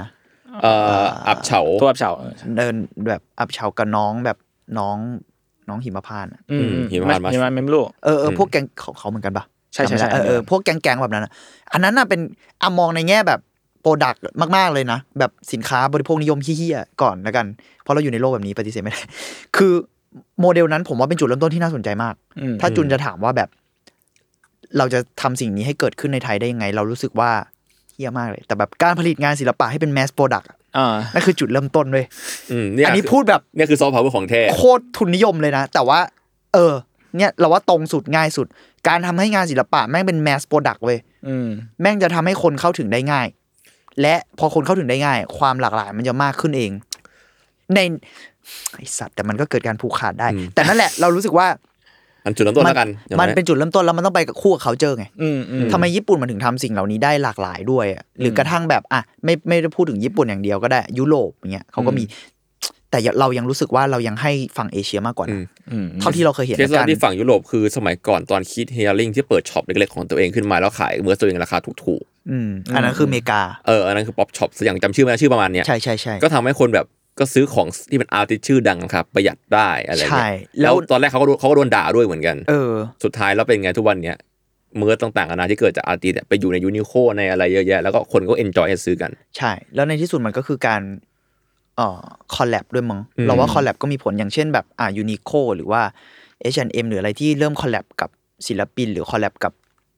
อับเฉาตัวอับเฉาเดินแบบอับเฉากับน้องแบบน้องหิมพานต์หิมพานต์เมมลูพวกแก๊งเขาเหมือนกันปะใช่พวกแก๊งแบบนั้นอันนั้นน่ะเป็นมองในแง่แบบโปรดักต์มากๆเลยนะแบบสินค้าบริโภคนิยมเหี้ยๆก่อนแล้วกันเพราะเราอยู่ในโลกแบบนี้ปฏิเสธไม่ได้คือโมเดลนั้นผมว่าเป็นจุดเริ่มต้นที่น่าสนใจมากถ้าจุนจะถามว่าแบบเราจะทำสิ่งนี้ให้เกิดขึ้นในไทยได้ยังไงเรารู้สึกว่าเหี้ยมากเลยแต่แบบการผลิตงานศิลปะให้เป็นแมสโปรดักต์นั่นคือจุดเริ่มต้นเว้ยอันนี้พูดแบบนี่คือซอฟต์พาวเวอร์ของแท้โคตรทุนนิยมเลยนะแต่ว่าเนี่ยเราว่าตรงสุดง่ายสุดการทำให้งานศิลปะแม่งเป็นแมสโปรดักต์เว้ยแม่งจะทำให้คนเข้าถึงได้ง่ายและพอคนเข้าถึงได้ง่ายความหลากหลายมันจะมากขึ้นเองในไอสัตว์แต่มันก็เกิดการผูกขาดได้แต่นั่นแหละเรารู้สึกว่ามันจุดเริ่มต้นแล้วกันมันเป็นจุดเริ่มต้นแล้วมันต้องไปคู่กับเขาเจอไงทำไมญี่ปุ่นมันถึงทำสิ่งเหล่านี้ได้หลากหลายด้วยหรือกระทั่งแบบไม่ได้พูดถึงญี่ปุ่นอย่างเดียวก็ได้ยุโรปอย่างเงี้ยเขาก็มีแต่เรายังรู้สึกว่าเรายังให้ฝั่งเอเชียมากกว่าเท่าที่เราเคยเห็นกันที่ฝั่งยุโรปคือสมัยก่อนตอนคิดเฮียริ่งที่เปิดช็อปเล็กๆของตัวเองขึ้นมาแล้วขายเมื่อตัวเองราคาถูกๆอันนั้นคืออเมริกาอันนั้นคือป๊อปช็อปอย่างจำชื่อไม่ได้ชื่อประมาณเนี้ยใช่ก็ทำให้คนแบบก็ซื้อของที่เป็นอาร์ติสต์ชื่อดังครับประหยัดได้อะไรเงี้ยแล้วตอนแรกเขาก็โดนด่าด้วยเหมือนกันสุดท้ายแล้วเป็นไงทุกวันเนี้ยเมื่อต่างๆนานาที่เกิดจากอาร์ติสต์ไปอยู่ในยูนิโคในอะไรเยอะแยะแล้วก็คนก็เอนจอยซื้อกันใช่แล้วในที่สุดมันก็คือการคอลแลบด้วยมั้งเราว่าคอลแลบก็มีผลอย่างเช่นแบบยูนิโคหรือว่า H&M หรืออะไรที่เริ่มคอลแลบกับศิลปินหรือคอลแลบกับ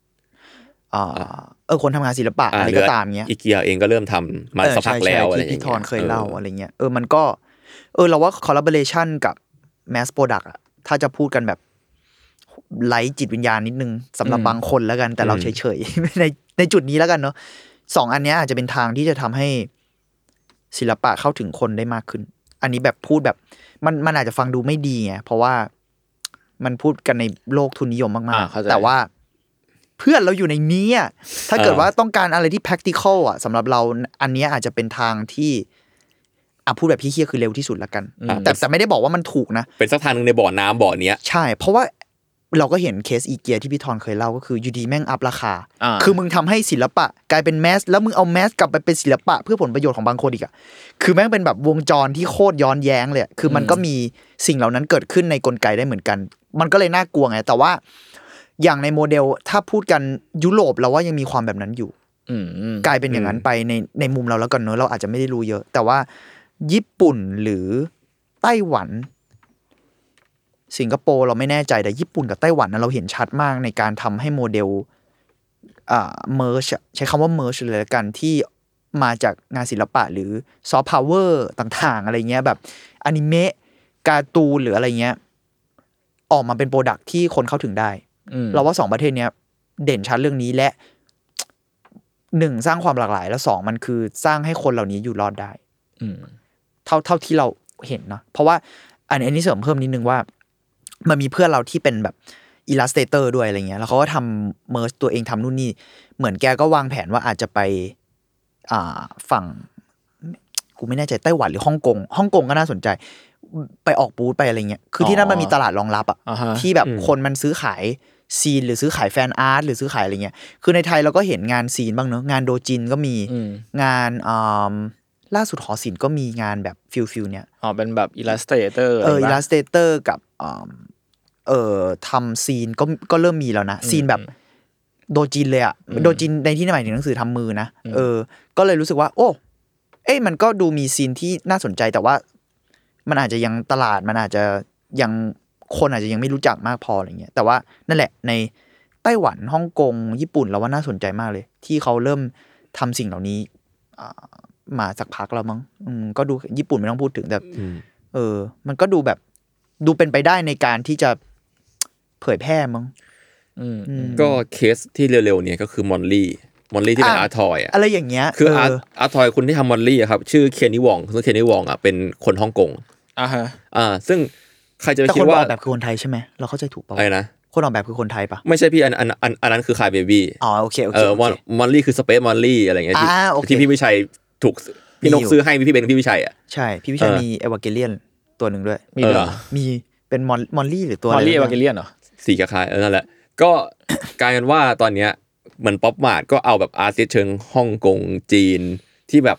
คนทำงานศิลปะอะไรก็ตามเงี้ยอีเกียเองก็เริ่มทำมาสักพักแล้วอะไรอย่างเงี้ยพี่ธรเคยเล่าอะไรเงี้ยมันก็เราว่าคอลลาบอเรชั่นกับแมสโปรดักต์ถ้าจะพูดกันแบบไร้จิตวิญญาณนิดนึงสำหรับบางคนแล้วกันแต่เราเฉยๆในจุดนี้แล้วกันเนาะ2อันนี้อาจจะเป็นทางที่จะทำให้ศิลปะเข้าถึงคนได้มากขึ้นอันนี้แบบพูดแบบมันอาจจะฟังดูไม่ดีไงเพราะว่ามันพูดกันในโลกทุนนิยมมากๆแต่ว่าเพื่อนเราอยู่ในนี้ถ้าเกิดว่าต้องการอะไรที่ practical สำหรับเราอันนี้อาจจะเป็นทางที่พูดแบบพี่เคียคือเร็วที่สุดละกันแต่ไม่ได้บอกว่ามันถูกนะเป็นสักทางนึงในบ่อน้ำบ่อนี้ใช่เพราะว่าเราก็เห็นเคสอีเกียที่พี่ธรเคยเล่าก็คืออยู่ดีแม่งอัพราคาคือมึงทำให้ศิลปะกลายเป็นแมสแล้วมึงเอาแมสกลับไปเป็นศิลปะเพื่อผลประโยชน์ของบางคนอีกคือแม่งเป็นแบบวงจรที่โคตรย้อนแย้งเลยคือมันก็มีสิ่งเหล่านั้นเกิดขึ้นในกลไกได้เหมือนกันมันก็เลยน่ากลัวไงแต่ว่าอย่างในโมเดลถ้าพูดกันยุโรปเราว่ายังมีความแบบนั้นอยู่กลายเป็นอย่างนั้นไปในมุมเราแล้วกันเนอะเราอาจจะไม่ได้รู้เยอะแต่ว่าญี่ปุ่นหรือไต้หวันสิงคโปร์เราไม่แน่ใจแต่ญี่ปุ่นกับไต้หวันนะเราเห็นชัดมากในการทำให้โมเดลเมิร์ชใช้คำว่าเมิร์ชเลยละกันที่มาจากงานศิลปะหรือซอฟต์พาวเวอร์ต่างๆอะไรเงี้ยแบบอนิเมะการ์ตูนหรืออะไรเงี้ยออกมาเป็นโปรดักต์ที่คนเข้าถึงได้เราว่า2ประเทศเนี้ยเด่นชัดเรื่องนี้และ1สร้างความหลากหลายแล้ว2มันคือสร้างให้คนเหล่านี้อยู่รอดได้เท่าที่เราเห็นนะเพราะว่าอันนี้เสริมเพิ่มนิดนึงว่ามันมีเพื่อนเราที่เป็นแบบอิลลัสเตเตอร์ด้วยอะไรเงี้ยแล้วเขาก็ทำเมิร์ชตัวเองทำนู่นนี่เหมือนแกก็วางแผนว่าอาจจะไปฝั่งกูไม่แน่ใจไต้หวันหรือฮ่องกงก็น่าสนใจไปออกบูธไปอะไรเงี้ยคือที่นั่นมันมีตลาดรองรับที่แบบคนมันซื้อขายซีนหรือซื้อขายแฟนอาร์ตหรือซื้อขายอะไรเงี้ยคือในไทยเราก็เห็นงานซีนบ้างเนอะงานโดจินก็มีงานล่าสุดหอศิลป์ก็มีงานแบบฟิลเนี่ยเป็นแบบอิลลัสเตเตอร์อิลลัสเตเตอร์กับทำซีนก็เริ่มมีแล้วนะซีนแบบโดจินเลยโดจินในที่หมายถึงหนังสือทำมือนะก็เลยรู้สึกว่ามันก็ดูมีซีนที่น่าสนใจแต่ว่ามันอาจจะยังตลาดมันอาจจะยังคนอาจจะยังไม่รู้จักมากพออะไรเงี้ยแต่ว่านั่นแหละในไต้หวันฮ่องกงญี่ปุ่นเราว่าน่าสนใจมากเลยที่เขาเริ่มทำสิ่งเหล่านี้มาสักพักแล้วมั้งก็ดูญี่ปุ่นไม่ต้องพูดถึงแต่มันก็ดูแบบดูเป็นไปได้ในการที่จะเผยแพร่มั้งก็เคสที่เร็วๆเนี่ยก็คือมอนลี่ที่เป็นอาร์ทอยอะไรอย่างเงี้ยคืออาร์ทอยคนที่ทำมอนลี่ครับชื่อเคนนี่วองซึ่งเคนนี่วองเป็นคนฮ่องกงซึ่งใครจะไปคิดว่าแต่คนออกแบบคือคนไทยใช่ไหมเราเข้าใจถูกป่ะอะไรนะคนออกแบบคือคนไทยป่ะไม่ใช่พี่อันนั้นคือคายเบบี้โอเคมอนลี่คือสเปซมอนลี่อะไรอย่างเงี้ยที่พี่วิชัยถูกพี่นกซื้อให้พี่เป็นพี่วิชัยใช่พี่วิชัยมีเอวาเกเลียนตัวนึงด้วยมีเหรอมีเป็นมอนลี่หรือตัวมอนลี่เอวาเกเลียนเหรอสีคล้ายๆนั่นแหละก็กลายเป็นว่าตอนเนี้ยเหมือนป๊อปมาร์ทก็เอาแบบอาร์ติสต์เชิงฮ่องกงจีนที่แบบ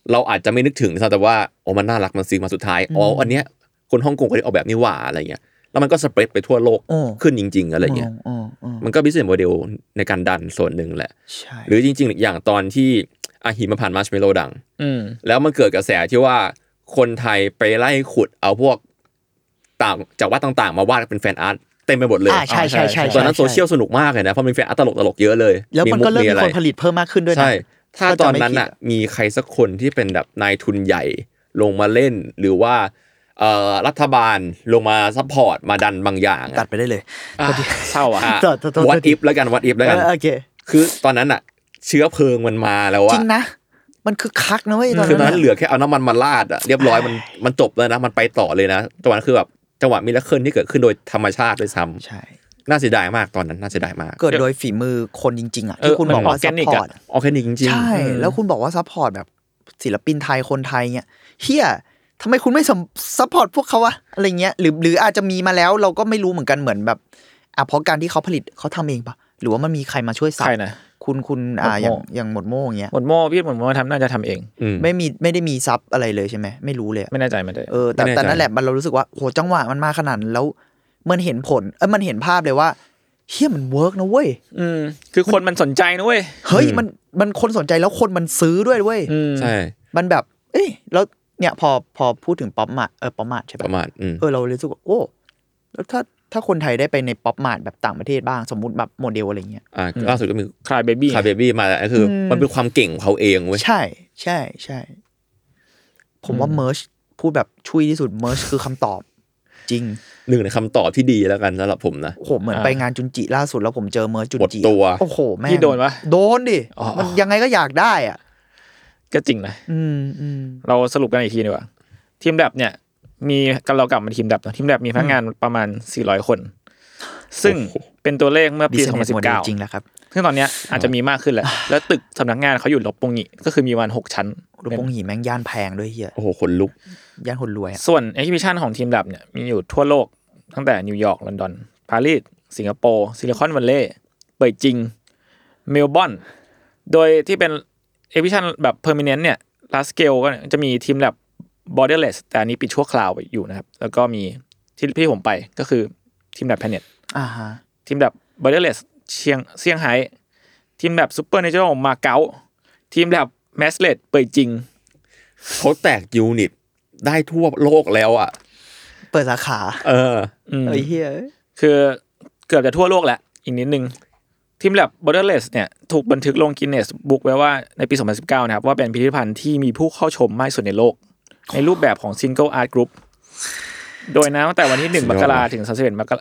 เราอาจจะไม่นึกถึงแต่ว่าอ๋อมันน่ารักมันซื้อมาสุดท้ายอ๋ออันเนี้ยคนฮ่องกงเขาได้ออกแบบนี้หว่าอะไรเงี้ยแล้วมันก็สเปรดไปทั่วโลกขึ้นจริงๆอะไรเงี้ยมันก็บิสเนสโมเดลในการดันส่วนหนึ่งแหละหรือจริงๆอย่างตอนที่หิมะผ่านมัชเมลโล่ดังแล้วมันเกิดกระแสที่ว่าคนไทยไปไล่ขุดเอาพวกต่างจากวัดต่างๆมาวาดเป็นแฟนอาร์ตเต็มไปหมดเลยใช่ตอนนั้นโซเชียลสนุกมากเลยนะเพราะมีแฟนอาร์ตตลกๆเยอะเลยแล้วมันก็เริ่มมีคนผลิตเพิ่มมากขึ้นด้วยนะใช่ถ้าตอนนั้นน่ะมีใครสักคนที่เป็นแบบนายทุนใหญ่ลงมาเล่นหรือว่ารัฐบาลลงมาซัพพอร์ตมาดันบางอย่างตัดไปได้เลยเศร้าอ่ะ what if แล้วกัน what if แล้วกันโอเคคือตอนนั้นน่ะเชื้อเพลิงมันมาแล้วอะจริงนะมันคือคักนะเว้ยตอนนั้นคือนั้นเหลือแค่เอาน้ำมันมาราดอะเรียบร้อยมันจบแล้วนะมันไปต่อเลยนะตอนนั้นคือแบบจังหวะมิราเคิลที่เกิดขึ้นโดยธรรมชาติด้วยซ้ำใช่น่าเสียดายมากตอนนั้นน่าเสียดายมากเกิดโดยฝีมือคนจริงๆอ่ะที่คุณบอกว่าซัพพอร์ตออร์แกนิกจริงๆใช่แล้วคุณบอกว่าซัพพอร์ตแบบศิลปินไทยคนไทยเนี่ยเฮียทำไมคุณไม่ซัพพอร์ตพวกเขาวะอะไรเงี้ยหรืออาจจะมีมาแล้วเราก็ไม่รู้เหมือนกันเหมือนแบบเพราะการที่เขาผลิตเขาทำเองปะหรือว่ามันมีใครมาช่วยซับใครนะคุณอย่างหมดโม่อย่างเงี้ยหมดโม่พี่หมดโม่น่าจะทำเองไม่ได้มีซับอะไรเลยใช่ไหมไม่รู้เลยไม่แน่ใจไม่ได้แต่นั่นแหละเรารู้สึกว่าโหจังหวะมันมาขนาดแล้วมันเห็นผลมันเห็นภาพเลยว่าเฮียมันเวิร์กนะเว้ยคือคนมันสนใจนะเว้ยเฮ้ยมันคนสนใจแล้วคนมันซื้อด้วยเว้ยใช่มันแบบเอ้ยแล้วเนี่ยพอพูดถึงป๊อปมาร์ทป๊อปมาร์ทใช่ป่ะป๊อปมาร์ทเรารู้สึกว่าโอ้แล้วถ้าคนไทยได้ไปในป๊อปมาร์ทแบบต่างประเทศบ้างสมมุติแบบโมเดลอะไรเงี้ยล่าสุดก็มีคลายเบบี้มาแล้วคือมันเป็นความเก่งของเขาเองเว้ยใช่ผมว่าเมิร์ชพูดแบบชุยที่สุดเมิร์ชคือคำตอบจริงหนึ่งในคำตอบที่ดีแล้วกันสำหรับผมนะโอ้โหเหมือนไปงานจุนจิล่าสุดแล้วผมเจอเมิร์ชจุนจิโอ้โหแม่พี่โดนปะโดนดิมันยังไงก็อยากได้อ่ะก็จริงนะเราสรุปกันอีกทีดีกว่าทีมแลบเนี่ยมีเรากลับมาทีมแลบทีมแลบมีพนักงานประมาณ400คนซึ่งเป็นตัวเลขเมื่อปี2019 จริงแล้วครับซึ่งตอนนี้อาจจะมีมากขึ้นแล้วแล้วตึกสำนักงานเขาอยู่ลบปงหงิก็คือมีวัน6ชั้นลบปงหงิแม่งย่านแพงด้วยเฮียโอ้โหคนลุกย่านคนรวยส่วน exhibition ของทีมแลบเนี่ยมีอยู่ทั่วโลกตั้งแต่นิวยอร์กลอนดอนปารีสสิงคโปร์ซิลิคอนวัลเลย์เป่ยจิงเมลเบิร์นโดยที่เป็น exhibition แบบ permanent เนี่ย large scale ก็จะมีทีมแลบborderless แต่อันนี้ปิดชั่วคราวอยู่นะครับแล้วก็มีที่ผมไปก็คือทีมแลบ planet ทีมแลบ borderless เซี่ยงไฮ้ทีมแลบ supernatural มาเก๊าทีมแลบ massless เป่ยจิงเขาแตกยูนิตได้ทั่วโลกแล้วอ่ะเปิดสาขาไอ้เหี้ยคือเกือบจะทั่วโลกแล้วอีกนิดนึงทีมแลบ borderless เนี่ยถูกบันทึกลง Guinness Book ไว้ว่าในปี2019นะครับว่าเป็นพิพิธภัณฑ์ที่มีผู้เข้าชมมากที่สุดในโลกในรูปแบบของ Single Art Group โดยนะตั้งแต่วันที่1มกราคมถึง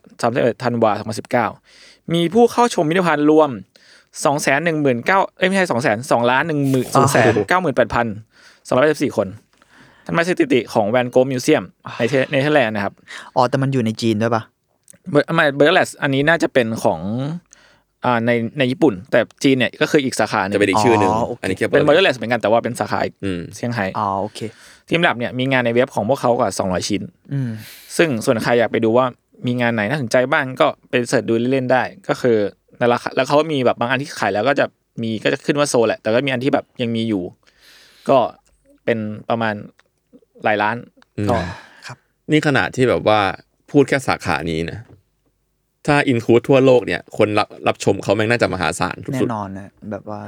31ธันวาคม2019มีผู้เข้าชมพิพิธภัณฑ์รวม 219,000ไม่ใช่ 2,298,214 คนทำลายสถิติของแวนโกมิวเซียมในเนเธอร์แลนด์นะครับแต่มันอยู่ในจีนด้วยป่ะไม่เบอร์เลสอันนี้น่าจะเป็นของในญี่ปุ่นแต่จีนเนี่ยก็คืออีกสาขานึงจะเป็นอีกชื่อนึงอันนี้เป็นเบอร์เลสเหมือนกันแต่ว่าเป็นสาขาเซี่ยงไฮ้โอเคทีมแลบเนี่ยมีงานในเว็บของพวกเขากว่า200ชิ้นซึ่งส่วนใครอยากไปดูว่ามีงานไหนน่าสนใจบ้างก็ไปเสิร์ชดูเล่นๆได้ก็คือในราคาแล้วเขาก็มีแบบบางอันที่ขายแล้วก็จะขึ้นว่าโซแหละแต่ก็มีอันที่แบบยังมีอยู่ก็เป็นประมาณหลายล้านก็ครับนี่ขนาดที่แบบว่าพูดแค่สาขานี้นะถ้าอินคลูดทั่วโลกเนี่ยคนรับชมเขาแม่งน่าจะมหาศาลแน่นอนนะแบบว่า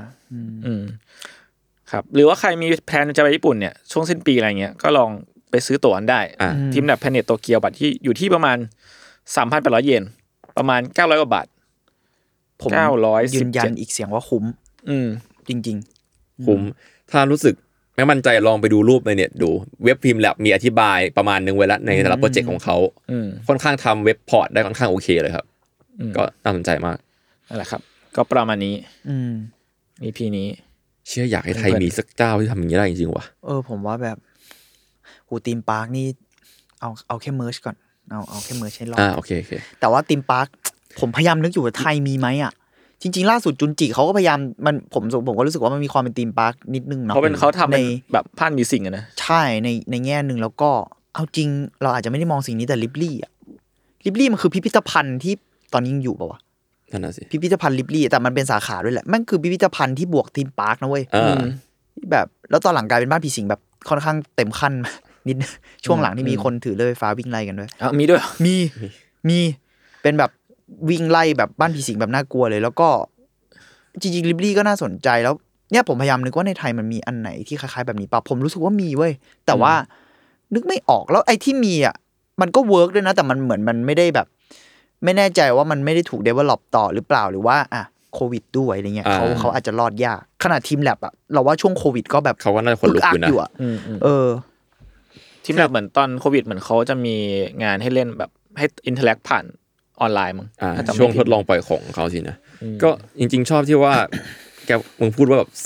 ครับหรือว่าใครมีแพลนจะไปญี่ปุ่นเนี่ยช่วงสิ้นปีอะไรเงี้ยก็ลองไปซื้อตั๋วกันได้ทีมแลบแพลเน็ตโตเกียวบัตรที่อยู่ที่ประมาณ 3,800 เยนประมาณ900กว่าบาทผมยืนยันอีกเสียงว่าคุ้มจริงๆคุ้มถ้ารู้สึกไม่มั่นใจลองไปดูรูปในเน็ตดูเว็บพิมพ์แลบมีอธิบายประมาณนึงไว้แล้วในแต่ละโปรเจกต์ของเขาค่อนข้างทำเว็บพอร์ตได้ค่อนข้างโอเคเลยครับก็น่าสนใจมากนั่นแหละครับก็ประมาณนี้EPนี้เชื่ออยากให้ไทยมีสักเจ้าที่ทำอย่างนี้ได้จริงๆว่ะผมว่าแบบธีมพาร์คนี่เอาแค่เมิร์ชก่อนเอาแค่เมิร์ชให้รอดโอเคแต่ว่าธีมพาร์คผมพยายามนึกอยู่ว่าไทยมีไหมอ่ะจริงๆล่าสุดจุนจิเขาก็พยายามผมก็รู้สึกว่ามันมีความเป็นธีมพาร์คนิดนึงเนาะเขาทำในแบบผ่านมีสิ่งนะใช่ในแง่นึงแล้วก็เอาจริงเราอาจจะไม่ได้มองสิ่งนี้แต่ลิบลี่มันคือพิพิธภัณฑ์ที่ตอนนี้ยังอยู่ป่าววะนั่นน่ะสิพิพิธภัณฑ์ลิบลี่แต่มันเป็นสาขาด้วยแหละมันคือพิพิธภัณฑ์ที่บวกธีมพาร์คนะเว้ยแบบแล้วตอนหลังกลายเป็นบ้านผีสิงแบบค่อนข้างเต็มขั้นนิดช่วงหลังที่มีคนถือเลื่อยไฟฟ้าวิ่งไล่กันด้วยมีด้วยมีเป็นแบบวิ่งไล่แบบบ้านผีสิงแบบน่ากลัวเลยแล้วก็จริงๆลิบลี่ก็น่าสนใจแล้วเนี่ยผมพยายามนึกว่าในไทยมันมีอันไหนที่คล้ายๆแบบนี้ป่ะผมรู้สึกว่ามีเว้ยแต่ว่านึกไม่ออกแล้วไอ้ที่มีอ่ะมันก็เวิร์กด้วยนะแต่มันเหมือนมันไม่ได้แบบไม่แน่ใจว่ามันไม่ได้ถูก develop ต่อหรือเปล่าหรือว่าโควิดด้วยอะไรเงี้ยเขาอาจจะรอดยากขนาดทีมแลบอ่ะเราว่าช่วงโควิดก็แบบเขาก็น่าจะคนลุกอยู่นะทีมแลบเหมือนตอนโควิดเหมือนเขาจะมีงานให้เล่นแบบให้อินเทอร์แอคผ่านออนไลน์มั้งช่วงทดลองปล่อยของเขาสินะก็จริงๆชอบที่ว่าแกมึงพูดว่าแบบ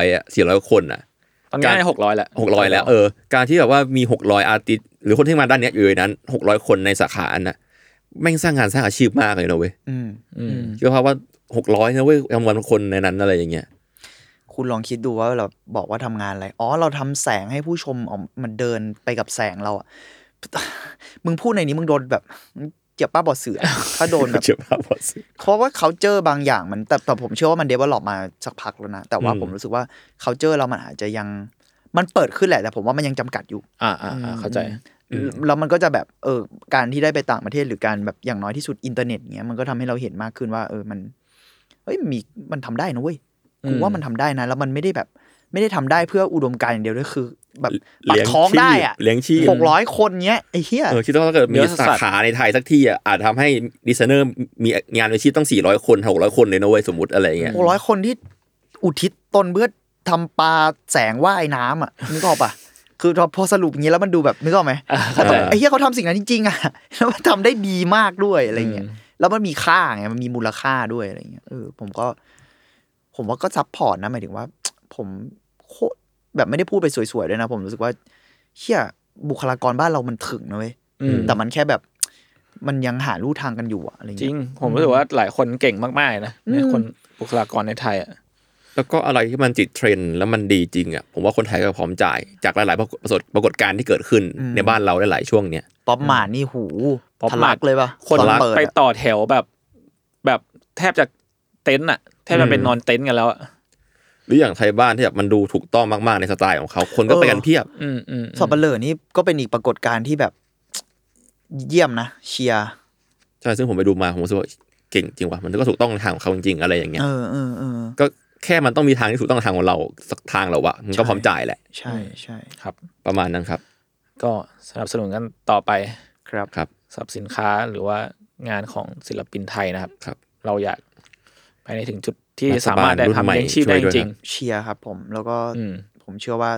400คนตอนนี้ได้600แล้ว 600แล้วการที่แบบว่ามี600อาร์ติสต์หรือคนที่มาด้านนี้อยู่ในนั้น600คนในสาขาอันน่ะแม่งสร้างงานสร้างอาชีพมากเลยนะเว้ยก็เพราะว่า600นะเว้ยจำนวนคนในนั้นอะไรอย่างเงี้ยคุณลองคิดดูว่าเราบอกว่าทำงานอะไรเราทำแสงให้ผู้ชมออกมันเดินไปกับแสงเราอ่ะมึงพูดในนี้มึงโดนแบบเจ็บป้าบอดเสือถ้าโดนแบบเจ็บป้าบอดเสือเพราะว่าเขาเจอบางอย่างมันแต่ผมเชื่อว่ามันเดเวลลอปมาสักพักแล้วนะแต่ว่าผมรู้สึกว่าเขาเจอเรามันอาจจะยังมันเปิดขึ้นแหละแต่ผมว่ามันยังจำกัดอยู่เข้าใจแล้วมันก็จะแบบการที่ได้ไปต่างประเทศหรือการแบบอย่างน้อยที่สุดอินเทอร์เน็ตเงี้ยมันก็ทำให้เราเห็นมากขึ้นว่ามันทำได้นะเว้ยกูว่ามันทำได้นะแล้วมันไม่ได้แบบไม่ได้ทำได้เพื่ออุดมการณ์อย่างเดียวด้วยคือแบบปักท้องได้อ่ะเลี้ยงชีพ 600คนเงี้ยไอ้เหี้ยคิดว่าถ้าเกิดมีสาขาในไทยสักที่อาจทำให้ดีไซเนอร์มีงานอาชีพต้อง400คน600คนเลยนะเว้ยสมมุติอะไรเงี้ย 600คนที่อุทิศตนเพื่อทำปลาแสงว่ายน้ำอ่ะนึกออกป่ะคือพอสรุปอย่างนี้แล้วมันดูแบบนึกออกไหมไอ้เหี้ยเขาทำสิ่งนั้นจริงๆอ่ะแล้วมันทำได้ดีมากด้วยอะไรเงี้ยแล้วมันมีค่าไงมันมีมูลค่าด้วยอะไรเงี้ยผมว่าก็ซัพพอร์ตนะหมายถึงว่าผมโคตรแบบไม่ได้พูดไปสวยๆด้วยนะผมรู้สึกว่าเหี้ยบุคลากรบ้านเรามันถึงนะเว้ยแต่มันแค่แบบมันยังหาลู่ทางกันอยู่อะไรเงี้ยจริงผมรู้สึกว่าหลายคนเก่งมากๆนะคนบุคลากรในไทยแล้วก็อะไรที่มันติดเทรนด์แล้วมันดีจริงผมว่าคนไทยก็พร้อมจ่ายจากหลายๆปรากฏการณ์ที่เกิดขึ้นในบ้านเราหลายช่วงเนี้ยป๊อปมาร์ทนี่หูทะลักเลยป่ะคนไปต่อแถวแบบแทบจะเต็นท์แทบจะเป็นนอนเต็นท์กันแล้วหรืออย่างไทยบ้านที่แบบมันดูถูกต้องมากๆในสไตล์ของเขาคนก็ไปกันเพียบสับปะเลอนี่ก็เป็นอีกปรากฏการณ์ที่แบบเยี่ยมนะเชียร์ใช่ซึ่งผมไปดูมาผมรู้สึกว่าเก่งจริงว่ะมันก็ถูกต้องทางของเขาจริงๆอะไรอย่างเงี้ยก็แค่มันต้องมีทางที่ถูกต้องทางของเราสักทางแล้ววะมันก็พร้อมจ่ายแหละใช่ใช่ครับประมาณนั้นครับก็สนับสนุนกันต่อไปครับสำหรับสินค้าหรือว่างานของศิลปินไทยนะครับเราอยากไปในถึงจุดที่สามารถได้ทำเลี้ยงชีพได้จริงเชียร์ครับผมแล้วก็ผมเชื่อว่า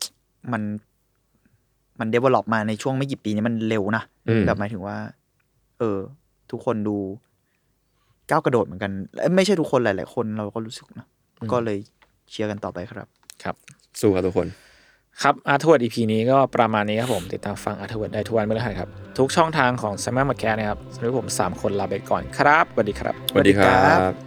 มัน develop มาในช่วงไม่กี่ปีนี้มันเร็วนะแบบหมายถึงว่าทุกคนดูก้าวกระโดดเหมือนกันไม่ใช่ทุกคนหลายๆคนเราก็รู้สึกนะก็เลยเชียร์กันต่อไปครับสู้ครับทุกคนครับอาร์ทเวิร์ด EP นี้ก็ประมาณนี้ครับผมติดตามฟังอาร์ทเวิร์ดได้ทุกวันพฤหัสครับทุกช่องทางของ Simon McCann นะครับสำหรับผม3คนลาไปก่อนครับสวัสดีครับสวัสดีครับ